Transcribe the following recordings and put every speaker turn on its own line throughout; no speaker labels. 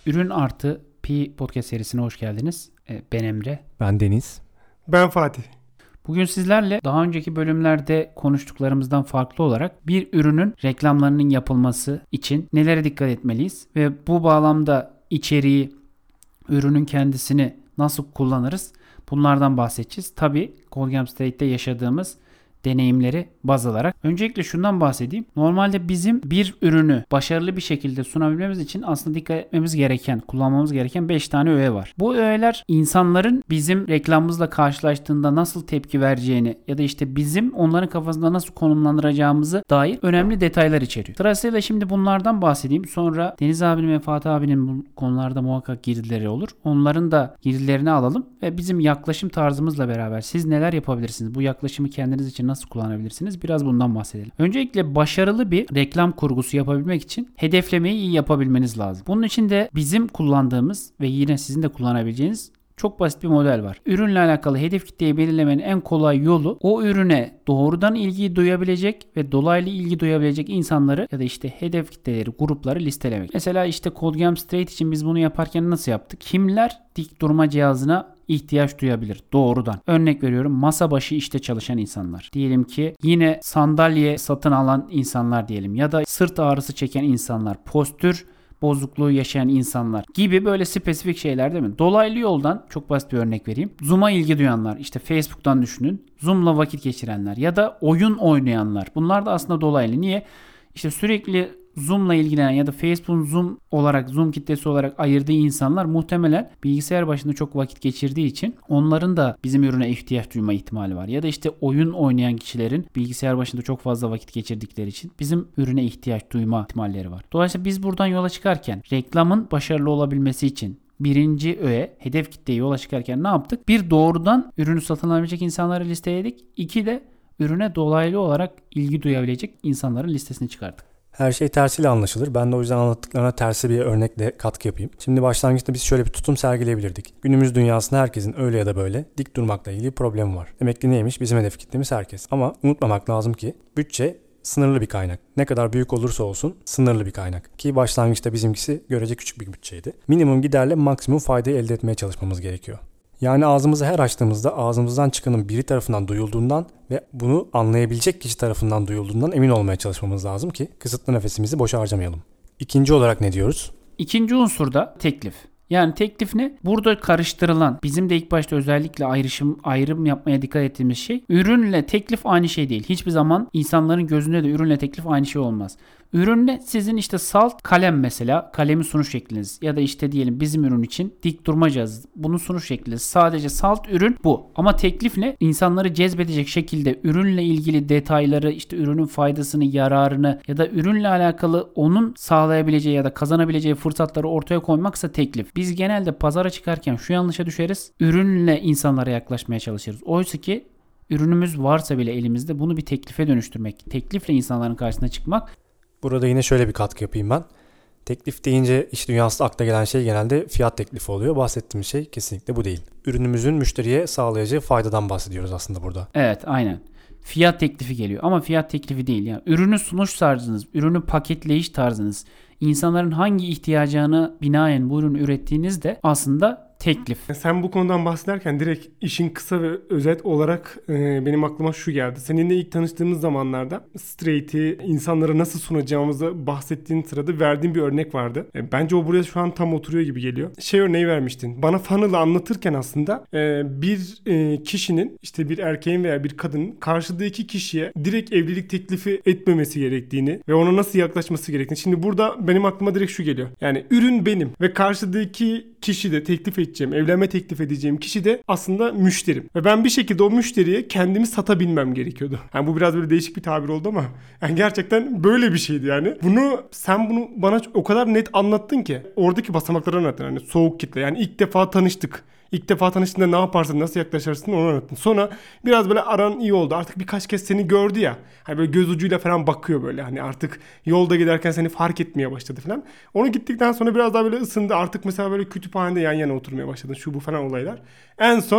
Ürün Artı Pi podcast serisine hoş geldiniz. Ben Emre.
Ben Deniz.
Ben Fatih.
Bugün sizlerle daha önceki bölümlerde konuştuklarımızdan farklı olarak bir ürünün reklamlarının yapılması için nelere dikkat etmeliyiz ve bu bağlamda içeriği, ürünün kendisini nasıl kullanırız? Bunlardan bahsedeceğiz. Tabii Colgam State'te yaşadığımız deneyimleri baz alarak. Öncelikle şundan bahsedeyim. Normalde bizim bir ürünü başarılı bir şekilde sunabilmemiz için aslında dikkat etmemiz gereken, kullanmamız gereken 5 tane öğe var. Bu öğeler insanların bizim reklamımızla karşılaştığında nasıl tepki vereceğini ya da işte bizim onların kafasında nasıl konumlandıracağımızı dair önemli detaylar içeriyor. Sırasıyla şimdi bunlardan bahsedeyim. Sonra Deniz abinin ve Fatih abinin bu konularda muhakkak girdileri olur. Onların da girdilerini alalım ve bizim yaklaşım tarzımızla beraber siz neler yapabilirsiniz? Bu yaklaşımı kendiniz için nasıl kullanabilirsiniz? Biraz bundan bahsedelim. Öncelikle başarılı bir reklam kurgusu yapabilmek için hedeflemeyi iyi yapabilmeniz lazım. Bunun için de bizim kullandığımız ve yine sizin de kullanabileceğiniz çok basit bir model var. Ürünle alakalı hedef kitleyi belirlemenin en kolay yolu o ürüne doğrudan ilgi duyabilecek ve dolaylı ilgi duyabilecek insanları ya da işte hedef kitleleri, grupları listelemek. Mesela işte Colgam Straight için biz bunu yaparken nasıl yaptık? Kimler dik durma cihazına ihtiyaç duyabilir doğrudan? Örnek veriyorum, masa başı işte çalışan insanlar. Diyelim ki yine sandalye satın alan insanlar diyelim ya da sırt ağrısı çeken insanlar, postür bozukluğu yaşayan insanlar gibi böyle spesifik şeyler değil mi? Dolaylı yoldan çok basit bir örnek vereyim. Zoom'a ilgi duyanlar, işte Facebook'tan düşünün. Zoom'la vakit geçirenler ya da oyun oynayanlar. Bunlar da aslında dolaylı. Niye? İşte sürekli Zoom'la ilgilenen ya da Facebook'un Zoom kitlesi olarak ayırdığı insanlar muhtemelen bilgisayar başında çok vakit geçirdiği için onların da bizim ürüne ihtiyaç duyma ihtimali var. Ya da işte oyun oynayan kişilerin bilgisayar başında çok fazla vakit geçirdikleri için bizim ürüne ihtiyaç duyma ihtimalleri var. Dolayısıyla biz buradan yola çıkarken reklamın başarılı olabilmesi için birinci öğe, hedef kitleye yola çıkarken ne yaptık? Bir, doğrudan ürünü satın alabilecek insanları listeledik. İki de ürüne dolaylı olarak ilgi duyabilecek insanların listesini çıkardık.
Her şey tersiyle anlaşılır. Ben de o yüzden anlattıklarına tersi bir örnekle katkı yapayım. Şimdi başlangıçta biz şöyle bir tutum sergileyebilirdik. Günümüz dünyasında herkesin öyle ya da böyle dik durmakla ilgili problemi var. Demek ki neymiş? Bizim hedef kitlemiz herkes. Ama unutmamak lazım ki bütçe sınırlı bir kaynak. Ne kadar büyük olursa olsun sınırlı bir kaynak. Ki başlangıçta bizimkisi görece küçük bir bütçeydi. Minimum giderle maksimum faydayı elde etmeye çalışmamız gerekiyor. Yani ağzımızı her açtığımızda ağzımızdan çıkanın biri tarafından duyulduğundan ve bunu anlayabilecek kişi tarafından duyulduğundan emin olmaya çalışmamız lazım ki kısıtlı nefesimizi boşa harcamayalım. İkinci olarak ne diyoruz?
İkinci unsur da teklif. Yani teklif ne? Burada karıştırılan, bizim de ilk başta özellikle ayrım yapmaya dikkat ettiğimiz şey, ürünle teklif aynı şey değil. Hiçbir zaman insanların gözünde de ürünle teklif aynı şey olmaz. Ürünle sizin işte salt kalem mesela, kalemin sunuş şekliniz ya da işte diyelim bizim ürün için dik durma cihazı, bunun sunuş şekliniz. Sadece salt ürün bu. Ama teklif ne? İnsanları cezbedecek şekilde ürünle ilgili detayları, işte ürünün faydasını, yararını ya da ürünle alakalı onun sağlayabileceği ya da kazanabileceği fırsatları ortaya koymaksa teklif. Biz genelde pazara çıkarken şu yanlışa düşeriz. Ürünle insanlara yaklaşmaya çalışırız. Oysa ki ürünümüz varsa bile elimizde bunu bir teklife dönüştürmek, teklifle insanların karşısına çıkmak.
Burada yine şöyle bir katkı yapayım ben. Teklif deyince iş dünyasında akla gelen şey genelde fiyat teklifi oluyor. Bahsettiğimiz şey kesinlikle bu değil. Ürünümüzün müşteriye sağlayacağı faydadan bahsediyoruz aslında burada.
Evet, aynen. Fiyat teklifi geliyor ama fiyat teklifi değil. Yani ürünü sunuş tarzınız, ürünü paketleyiş tarzınız, insanların hangi ihtiyacına binaen bu ürünü ürettiğiniz de aslında teklif.
Sen bu konudan bahsederken direkt işin kısa ve özet olarak benim aklıma şu geldi. Seninle ilk tanıştığımız zamanlarda Straight'i insanlara nasıl sunacağımızı bahsettiğin sırada verdiğin bir örnek vardı. Bence o buraya şu an tam oturuyor gibi geliyor. Şey örneği vermiştin. Bana funnel'ı anlatırken aslında bir kişinin, işte bir erkeğin veya bir kadının karşıdaki kişiye direkt evlilik teklifi etmemesi gerektiğini ve ona nasıl yaklaşması gerektiğini. Şimdi burada benim aklıma direkt şu geliyor. Yani ürün benim ve karşıdaki kişi de evlenme teklif edeceğim kişi de aslında müşterim. Ve ben bir şekilde o müşteriye kendimi satabilmem gerekiyordu. Yani bu biraz böyle değişik bir tabir oldu ama yani gerçekten böyle bir şeydi yani. Sen bunu bana o kadar net anlattın ki. Oradaki basamakları anlattın. Yani soğuk kitle. Yani ilk defa tanıştık. İlk defa tanıştığında ne yaparsın, nasıl yaklaşırsın onu anlattın. Sonra biraz böyle aran iyi oldu. Artık birkaç kez seni gördü ya. Hani böyle göz ucuyla falan bakıyor böyle. Hani artık yolda giderken seni fark etmeye başladı falan. Onu gittikten sonra biraz daha böyle ısındı. Artık mesela böyle kütüphanede yan yana oturmaya başladın. Şu bu falan olaylar. En son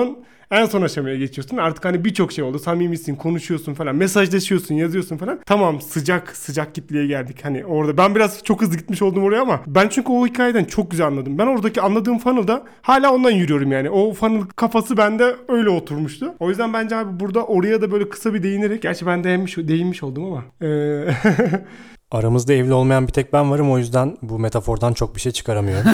En son aşamaya geçiyorsun. Artık hani birçok şey oldu. Samimisin, konuşuyorsun falan. Mesajlaşıyorsun, yazıyorsun falan. Tamam, sıcak kitleye geldik. Hani orada ben biraz çok hızlı gitmiş oldum oraya ama ben çünkü o hikayeden çok güzel anladım. Ben oradaki anladığım funnel'da hala ondan yürüyorum yani. O funnel kafası bende öyle oturmuştu. O yüzden bence abi burada oraya da böyle kısa bir değinerek, gerçi ben değinmiş oldum ama
Aramızda evli olmayan bir tek ben varım, o yüzden bu metafordan çok bir şey çıkaramıyorum.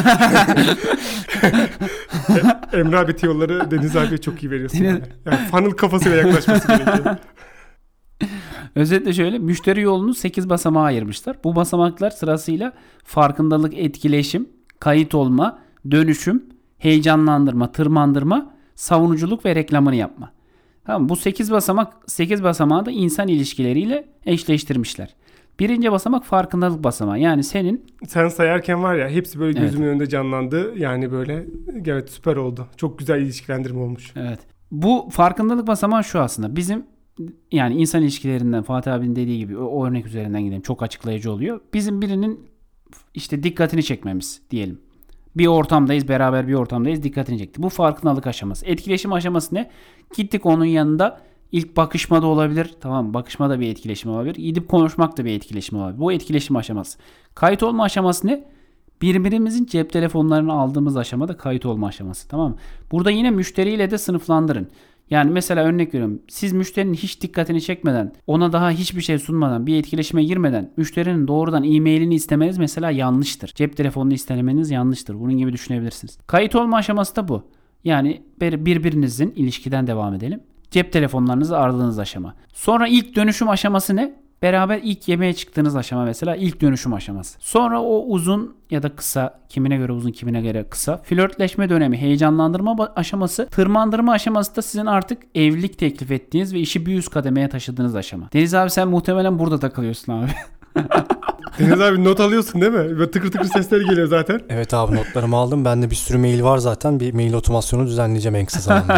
Emre abi tiyoları Deniz abiye çok iyi veriyorsun. Yani funnel kafasıyla yaklaşması gerekiyor.
Özetle şöyle, müşteri yolunu 8 basamağa ayırmışlar. Bu basamaklar sırasıyla farkındalık, etkileşim, kayıt olma, dönüşüm, heyecanlandırma, tırmandırma, savunuculuk ve reklamını yapma. Tamam, bu 8 basamağı da insan ilişkileriyle eşleştirmişler. Birinci basamak farkındalık basamağı. Yani
sen sayarken var ya, hepsi böyle gözümün
Evet.
önünde canlandı. Yani böyle evet, süper oldu. Çok güzel ilişkilendirme olmuş.
Evet. Bu farkındalık basamağı şu aslında. Bizim yani insan ilişkilerinden Fatih abinin dediği gibi o örnek üzerinden gidelim. Çok açıklayıcı oluyor. Bizim birinin işte dikkatini çekmemiz diyelim. Bir ortamdayız, beraber bir ortamdayız, dikkatini çekti. Bu farkındalık aşaması. Etkileşim aşaması ne? Gittik onun yanında, ilk bakışmada olabilir. Tamam, bakışmada bir etkileşim olabilir. Gidip konuşmak da bir etkileşim olabilir. Bu etkileşim aşaması. Kayıt olma aşaması ne? Birbirimizin cep telefonlarını aldığımız aşamada kayıt olma aşaması. Tamam mı? Burada yine müşteriyle de sınıflandırın. Yani mesela örnek veriyorum. Siz müşterinin hiç dikkatini çekmeden, ona daha hiçbir şey sunmadan, bir etkileşime girmeden müşterinin doğrudan e-mailini istemeniz mesela yanlıştır. Cep telefonunu istemeniz yanlıştır. Bunun gibi düşünebilirsiniz. Kayıt olma aşaması da bu. Yani birbirinizin, ilişkiden devam edelim, cep telefonlarınızı aradığınız aşama. Sonra ilk dönüşüm aşaması ne? Beraber ilk yemeğe çıktığınız aşama mesela ilk dönüşüm aşaması. Sonra o uzun ya da kısa, kimine göre uzun kimine göre kısa, flörtleşme dönemi, heyecanlandırma aşaması, tırmandırma aşaması da sizin artık evlilik teklif ettiğiniz ve işi bir üst kademeye taşıdığınız aşama. Deniz abi sen muhtemelen burada takılıyorsun abi.
Deniz abi not alıyorsun değil mi? Böyle tıkır tıkır sesler geliyor zaten.
Evet abi, notlarımı aldım. Bende bir sürü mail var zaten. Bir mail otomasyonu düzenleyeceğim en kısa zamanda.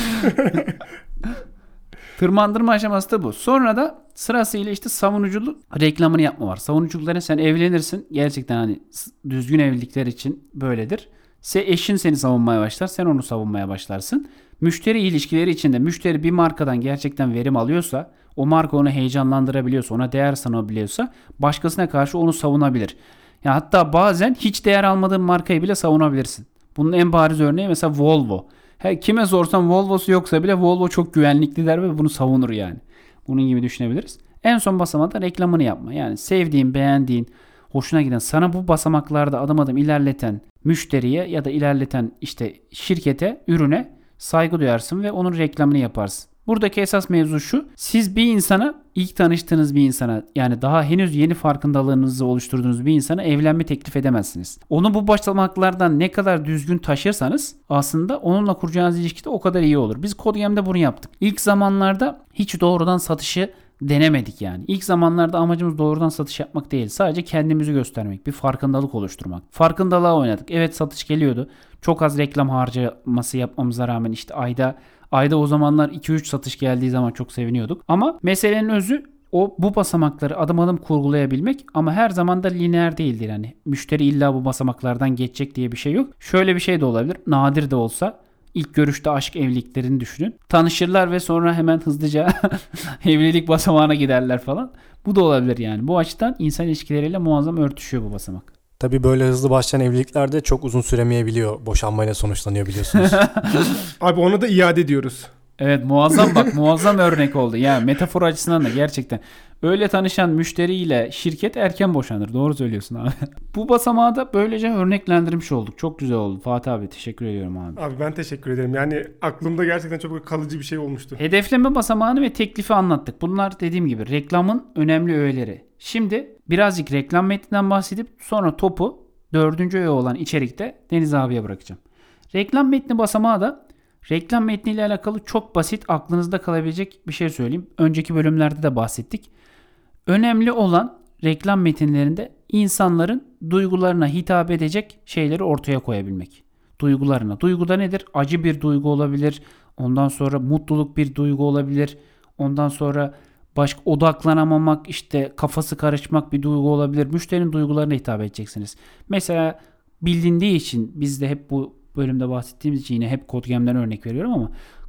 Tırmandırma aşaması da bu. Sonra da sırasıyla işte savunuculuk reklamını yapma var. Savunuculukların, sen evlenirsin. Gerçekten hani düzgün evlilikler için böyledir. Eşin seni savunmaya başlar. Sen onu savunmaya başlarsın. Müşteri ilişkileri içinde müşteri bir markadan gerçekten verim alıyorsa, o marka onu heyecanlandırabiliyorsa, ona değer sanabiliyorsa başkasına karşı onu savunabilir. Ya hatta bazen hiç değer almadığın markayı bile savunabilirsin. Bunun en bariz örneği mesela Volvo. Kime sorsam Volvo'su yoksa bile Volvo çok güvenlikli der ve bunu savunur yani. Bunun gibi düşünebiliriz. En son basamakta reklamını yapma. Yani sevdiğin, beğendiğin, hoşuna giden, sana bu basamaklarda adım adım ilerleten müşteriye ya da ilerleten işte şirkete, ürüne saygı duyarsın ve onun reklamını yaparsın. Buradaki esas mevzu şu: siz bir insana, ilk tanıştığınız bir insana, yani daha henüz yeni farkındalığınızı oluşturduğunuz bir insana evlenme teklif edemezsiniz. Onu bu basamaklardan ne kadar düzgün taşırsanız aslında onunla kuracağınız ilişki de o kadar iyi olur. Biz CodeGam'de bunu yaptık. İlk zamanlarda hiç doğrudan satışı denemedik yani. İlk zamanlarda amacımız doğrudan satış yapmak değil. Sadece kendimizi göstermek, bir farkındalık oluşturmak. Farkındalığa oynadık. Evet, satış geliyordu. Çok az reklam harcaması yapmamıza rağmen işte ayda o zamanlar 2-3 satış geldiği zaman çok seviniyorduk. Ama meselenin özü bu basamakları adım adım kurgulayabilmek, ama her zaman da lineer değildir. Yani müşteri illa bu basamaklardan geçecek diye bir şey yok. Şöyle bir şey de olabilir. Nadir de olsa ilk görüşte aşk evliliklerini düşünün. Tanışırlar ve sonra hemen hızlıca evlilik basamağına giderler falan. Bu da olabilir yani. Bu açıdan insan ilişkileriyle muazzam örtüşüyor bu basamak.
Tabii böyle hızlı başlayan evliliklerde çok uzun süremeyebiliyor. Boşanmayla sonuçlanıyor biliyorsunuz.
Abi ona da iade ediyoruz.
Evet, muazzam bak, muazzam örnek oldu. Yani metafor açısından da gerçekten öyle tanışan müşteriyle şirket erken boşanır. Doğru söylüyorsun abi. Bu basamağı da böylece örneklendirmiş olduk. Çok güzel oldu. Fatih abi teşekkür ediyorum abi.
Abi ben teşekkür ederim. Yani aklımda gerçekten çok kalıcı bir şey olmuştu.
Hedefleme basamağını ve teklifi anlattık. Bunlar dediğim gibi reklamın önemli öğeleri. Şimdi birazcık reklam metninden bahsedip sonra topu 4. öğe olan içerikte Deniz abiye bırakacağım. Reklam metni basamağı da reklam metniyle alakalı çok basit, aklınızda kalabilecek bir şey söyleyeyim. Önceki bölümlerde de bahsettik. Önemli olan reklam metinlerinde insanların duygularına hitap edecek şeyleri ortaya koyabilmek. Duygularına. Duygu da nedir? Acı bir duygu olabilir. Ondan sonra mutluluk bir duygu olabilir. Ondan sonra başka odaklanamamak, işte kafası karışmak bir duygu olabilir. Müşterinin duygularına hitap edeceksiniz. Mesela bilindiği için, biz de hep bu bölümde bahsettiğimiz için yine hep CodeGam'den örnek veriyorum ama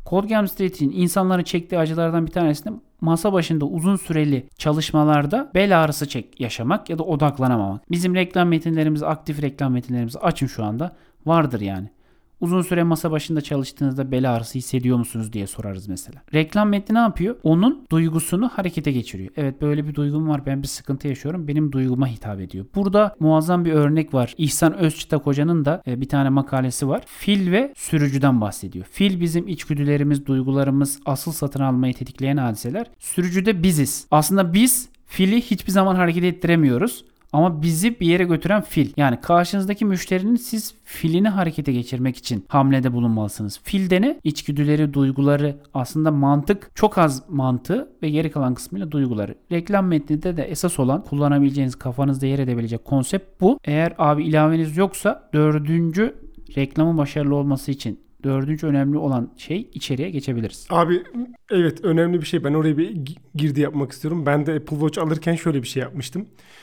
Code Game Strategy'nin insanların çektiği acılardan bir tanesi de masa başında uzun süreli çalışmalarda bel ağrısı yaşamak ya da odaklanamamak. Bizim reklam metinlerimiz, aktif reklam metinlerimizi açın şu anda. Vardır yani. Uzun süre masa başında çalıştığınızda bel ağrısı hissediyor musunuz diye sorarız mesela. Reklam metni ne yapıyor? Onun duygusunu harekete geçiriyor. Evet, böyle bir duygum var, ben bir sıkıntı yaşıyorum, benim duyguma hitap ediyor. Burada muazzam bir örnek var. İhsan Özçıtak Hoca'nın da bir tane makalesi var. Fil ve sürücüden bahsediyor. Fil bizim içgüdülerimiz, duygularımız, asıl satın almayı tetikleyen hadiseler. Sürücü de biziz. Aslında biz fili hiçbir zaman hareket ettiremiyoruz. Ama bizi bir yere götüren fil. Yani karşınızdaki müşterinin siz filini harekete geçirmek için hamlede bulunmalısınız. Filde ne? İçgüdüleri, duyguları, aslında mantık, çok az mantığı ve geri kalan kısmıyla duyguları. Reklam metninde de esas olan kullanabileceğiniz, kafanızda yer edebilecek konsept bu. Eğer abi ilaveniz yoksa dördüncü, reklamın başarılı olması için dördüncü önemli olan şey, içeriye geçebiliriz.
Abi evet, önemli bir şey. Ben oraya bir girdi yapmak istiyorum. Ben de Apple Watch alırken şöyle bir şey yapmıştım.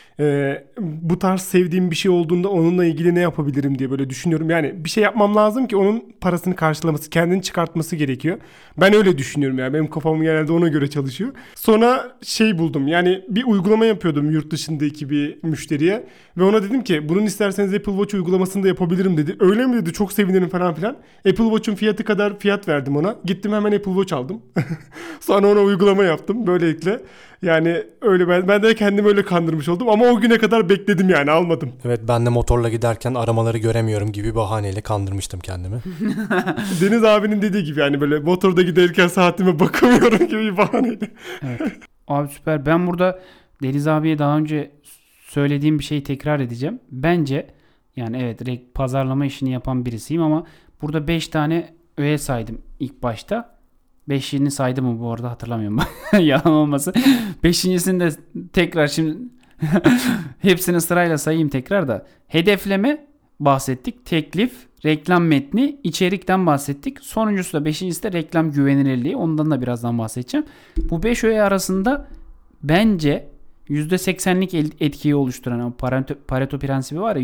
Bu tarz sevdiğim bir şey olduğunda onunla ilgili ne yapabilirim diye böyle düşünüyorum. Yani bir şey yapmam lazım ki onun parasını karşılaması, kendini çıkartması gerekiyor. Ben öyle düşünüyorum yani. Benim kafam genelde ona göre çalışıyor. Sonra şey buldum. Yani bir uygulama yapıyordum yurt dışındaki bir müşteriye. Ve ona dedim ki bunun isterseniz Apple Watch uygulamasını da yapabilirim dedi. Öyle mi dedi, çok sevinirim falan filan. Apple Watch'un fiyatı kadar fiyat verdim ona. Gittim hemen Apple Watch aldım. Sonra ona uygulama yaptım böylelikle. Yani öyle ben de kendimi öyle kandırmış oldum ama o güne kadar bekledim yani, almadım.
Evet, ben de motorla giderken aramaları göremiyorum gibi bahaneyle kandırmıştım kendimi.
Deniz abinin dediği gibi yani böyle motorda giderken saatime bakamıyorum gibi bir bahaneyle.
Evet. Abi süper. Ben burada Deniz abiye daha önce söylediğim bir şeyi tekrar edeceğim. Bence yani evet, pazarlama işini yapan birisiyim ama burada 5 tane öğe saydım ilk başta. 5'ini saydım mı bu arada hatırlamıyorum. Yalan olmasın. 5.'sini de tekrar şimdi hepsini sırayla sayayım tekrar da. Hedefleme bahsettik. Teklif, reklam metni, içerikten bahsettik. Sonuncusu da 5.'si de reklam güvenilirliği. Ondan da birazdan bahsedeceğim. Bu 5 öğe arasında bence %80'lik etkiyi oluşturan o Pareto prensibi var ya,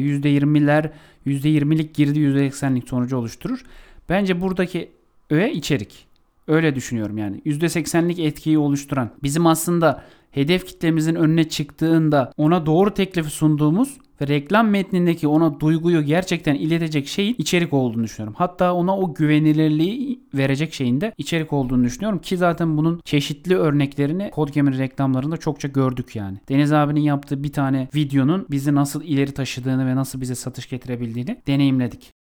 %20'lik girdi %80'lik sonucu oluşturur. Bence buradaki öğe içerik. Öyle düşünüyorum yani. %80'lik etkiyi oluşturan, bizim aslında hedef kitlemizin önüne çıktığında ona doğru teklifi sunduğumuz ve reklam metnindeki ona duyguyu gerçekten iletecek şeyin içerik olduğunu düşünüyorum. Hatta ona o güvenilirliği verecek şeyin de içerik olduğunu düşünüyorum ki zaten bunun çeşitli örneklerini Codegamer reklamlarında çokça gördük yani. Deniz abinin yaptığı bir tane videonun bizi nasıl ileri taşıdığını ve nasıl bize satış getirebildiğini deneyimledik.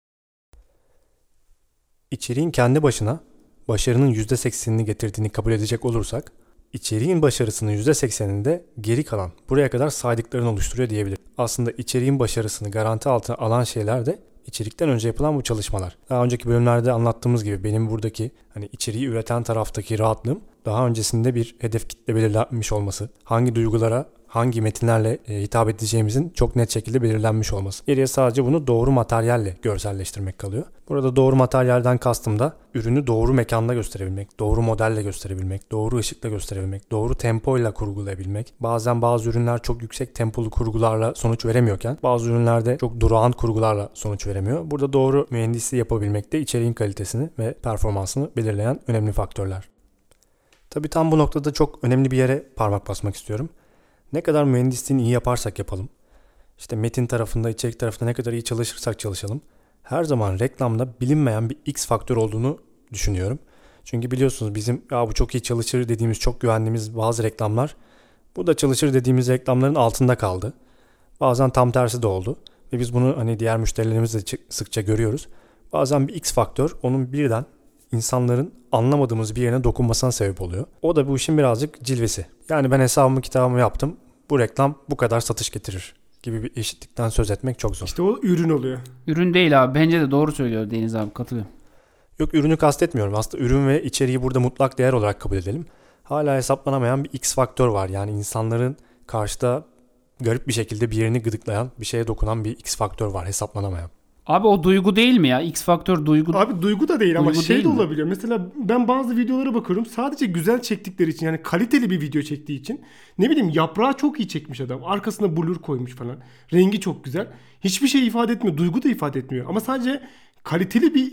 İçeriğin kendi başına başarının %80'ini getirdiğini kabul edecek olursak, içeriğin başarısının %80'ini de geri kalan, buraya kadar saydıklarını oluşturuyor diyebilirim. Aslında içeriğin başarısını garanti altına alan şeyler de içerikten önce yapılan bu çalışmalar. Daha önceki bölümlerde anlattığımız gibi benim buradaki içeriği üreten taraftaki rahatlığım, daha öncesinde bir hedef kitle belirlenmiş olması, hangi duygulara, hangi metinlerle hitap edeceğimizin çok net şekilde belirlenmiş olması. Geriye sadece bunu doğru materyalle görselleştirmek kalıyor. Burada doğru materyalden kastım da ürünü doğru mekanda gösterebilmek, doğru modelle gösterebilmek, doğru ışıkla gösterebilmek, doğru tempoyla kurgulayabilmek. Bazen bazı ürünler çok yüksek tempolu kurgularla sonuç veremiyorken bazı ürünlerde çok durağan kurgularla sonuç veremiyor. Burada doğru mühendisliği yapabilmek de içeriğin kalitesini ve performansını belirleyen önemli faktörler. Tabii tam bu noktada çok önemli bir yere parmak basmak istiyorum. Ne kadar mühendisliğini iyi yaparsak yapalım, işte metin tarafında, içerik tarafında ne kadar iyi çalışırsak çalışalım, her zaman reklamda bilinmeyen bir X faktör olduğunu düşünüyorum. Çünkü biliyorsunuz bizim bu çok iyi çalışır dediğimiz, çok güvendiğimiz bazı reklamlar, bu da çalışır dediğimiz reklamların altında kaldı. Bazen tam tersi de oldu ve biz bunu diğer müşterilerimizle sıkça görüyoruz. Bazen bir X faktör onun birden insanların anlamadığımız bir yerine dokunmasına sebep oluyor. O da bu işin birazcık cilvesi. Yani ben hesabımı kitabımı yaptım. Bu reklam bu kadar satış getirir gibi bir eşitlikten söz etmek çok zor.
İşte o ürün oluyor.
Ürün değil abi. Bence de doğru söylüyor Deniz abi. Katılıyorum.
Yok, ürünü kastetmiyorum. Aslında ürün ve içeriği burada mutlak değer olarak kabul edelim. Hala hesaplanamayan bir X faktör var. Yani insanların karşıda garip bir şekilde bir yerini gıdıklayan, bir şeye dokunan bir X faktör var, hesaplanamayan.
Abi o duygu değil mi ya? X faktör duygu.
Abi duygu da değil ama
Duygu
şey
değil
de
mi?
olabiliyor. Mesela ben bazı videolara bakıyorum. Sadece güzel çektikleri için, yani kaliteli bir video çektiği için, ne bileyim, yaprağı çok iyi çekmiş adam. Arkasına blur koymuş falan. Rengi çok güzel. Hiçbir şey ifade etmiyor. Duygu da ifade etmiyor. Ama sadece kaliteli bir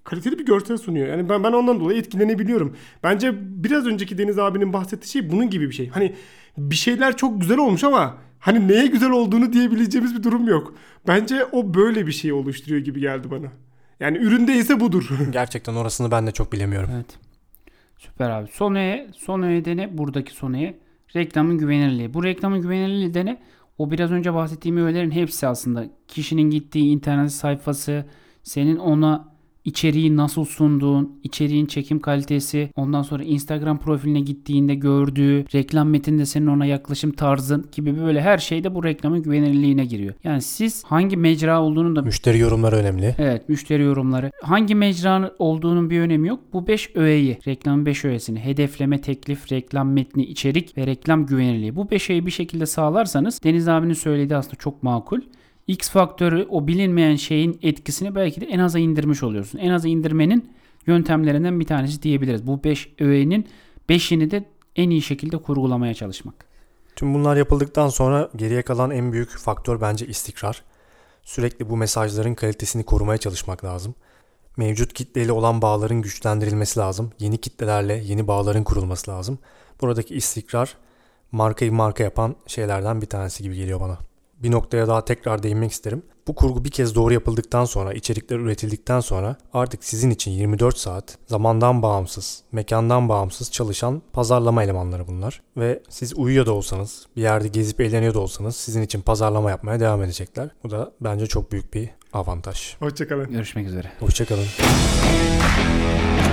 kaliteli bir görsel sunuyor. Yani ben ondan dolayı etkilenebiliyorum. Bence biraz önceki Deniz abinin bahsettiği şey bunun gibi bir şey. Hani bir şeyler çok güzel olmuş ama hani neye güzel olduğunu diyebileceğimiz bir durum yok. Bence o böyle bir şey oluşturuyor gibi geldi bana. Yani üründe ise budur.
Gerçekten orasını ben de çok bilemiyorum.
Evet. Süper abi. Son öğede ne? Buradaki son öğe. Reklamın güvenilirliği. Bu reklamın güvenilirliği de ne? O biraz önce bahsettiğim öğelerin hepsi aslında. Kişinin gittiği internet sayfası, senin ona içeriği nasıl sunduğun, içeriğin çekim kalitesi, ondan sonra Instagram profiline gittiğinde gördüğü, reklam metninde senin ona yaklaşım tarzın gibi böyle her şey de bu reklamın güvenilirliğine giriyor. Yani siz hangi mecra olduğunu da...
Müşteri yorumları önemli.
Evet, müşteri yorumları. Hangi mecra olduğunun bir önemi yok. Bu 5 öğeyi, reklamın 5 öğesini, hedefleme, teklif, reklam metni, içerik ve reklam güvenilirliği. Bu 5 öğeyi bir şekilde sağlarsanız Deniz abinin söylediği aslında çok makul. X faktörü, o bilinmeyen şeyin etkisini belki de en aza indirmiş oluyorsun. En aza indirmenin yöntemlerinden bir tanesi diyebiliriz. Bu 5 öğenin 5'ini de en iyi şekilde kurgulamaya çalışmak.
Tüm bunlar yapıldıktan sonra geriye kalan en büyük faktör bence istikrar. Sürekli bu mesajların kalitesini korumaya çalışmak lazım. Mevcut kitleyle olan bağların güçlendirilmesi lazım. Yeni kitlelerle yeni bağların kurulması lazım. Buradaki istikrar markayı marka yapan şeylerden bir tanesi gibi geliyor bana. Bir noktaya daha tekrar değinmek isterim. Bu kurgu bir kez doğru yapıldıktan sonra, içerikler üretildikten sonra artık sizin için 24 saat zamandan bağımsız, mekandan bağımsız çalışan pazarlama elemanları bunlar. Ve siz uyuyor da olsanız, bir yerde gezip eğleniyor da olsanız sizin için pazarlama yapmaya devam edecekler. Bu da bence çok büyük bir avantaj.
Hoşçakalın.
Görüşmek üzere.
Hoşçakalın.